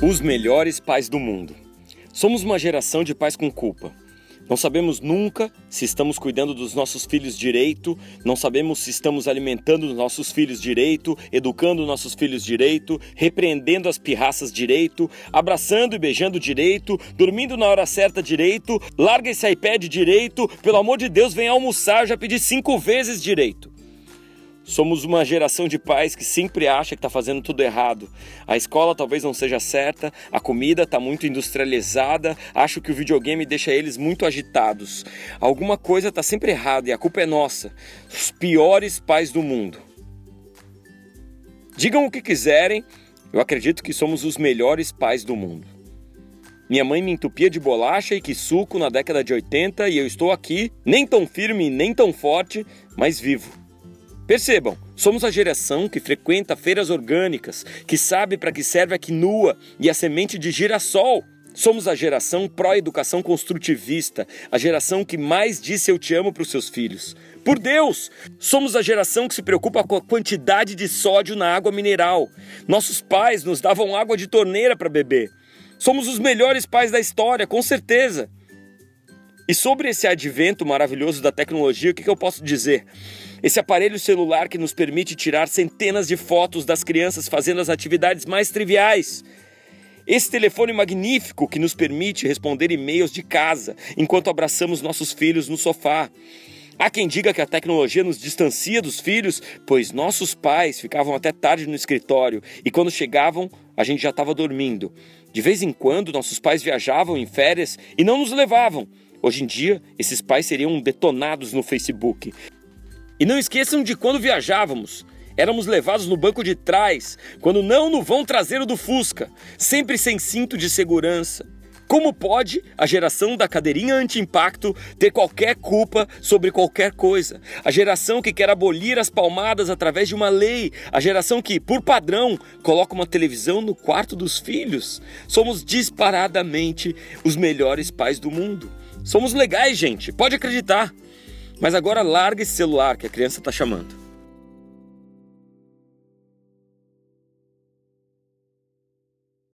Os melhores pais do mundo. Somos uma geração de pais com culpa. Não sabemos nunca se estamos cuidando dos nossos filhos direito, não sabemos se estamos alimentando os nossos filhos direito, educando nossos filhos direito, repreendendo as pirraças direito, abraçando e beijando direito, dormindo na hora certa direito, larga esse iPad direito, pelo amor de Deus, vem almoçar, eu já pedi 5 vezes direito. Somos uma geração de pais que sempre acha que está fazendo tudo errado. A escola talvez não seja certa, a comida está muito industrializada, acho que o videogame deixa eles muito agitados. Alguma coisa está sempre errada e a culpa é nossa. Os piores pais do mundo. Digam o que quiserem, eu acredito que somos os melhores pais do mundo. Minha mãe me entupia de bolacha e que suco na década de 80 e eu estou aqui, nem tão firme nem tão forte, mas vivo. Percebam, somos a geração que frequenta feiras orgânicas, que sabe para que serve a quinua e a semente de girassol. Somos a geração pró-educação construtivista, a geração que mais disse eu te amo para os seus filhos. Por Deus, somos a geração que se preocupa com a quantidade de sódio na água mineral. Nossos pais nos davam água de torneira para beber. Somos os melhores pais da história, com certeza. E sobre esse advento maravilhoso da tecnologia, o que eu posso dizer? Esse aparelho celular que nos permite tirar centenas de fotos das crianças fazendo as atividades mais triviais. Esse telefone magnífico que nos permite responder e-mails de casa enquanto abraçamos nossos filhos no sofá. Há quem diga que a tecnologia nos distancia dos filhos, pois nossos pais ficavam até tarde no escritório e quando chegavam, a gente já estava dormindo. De vez em quando, nossos pais viajavam em férias e não nos levavam. Hoje em dia, esses pais seriam detonados no Facebook. E não esqueçam de quando viajávamos. Éramos levados no banco de trás, quando não no vão traseiro do Fusca, sempre sem cinto de segurança. Como pode a geração da cadeirinha anti-impacto ter qualquer culpa sobre qualquer coisa? A geração que quer abolir as palmadas através de uma lei. A geração que, por padrão, coloca uma televisão no quarto dos filhos. Somos disparadamente os melhores pais do mundo. Somos legais, gente, pode acreditar. Mas agora larga esse celular que a criança está chamando.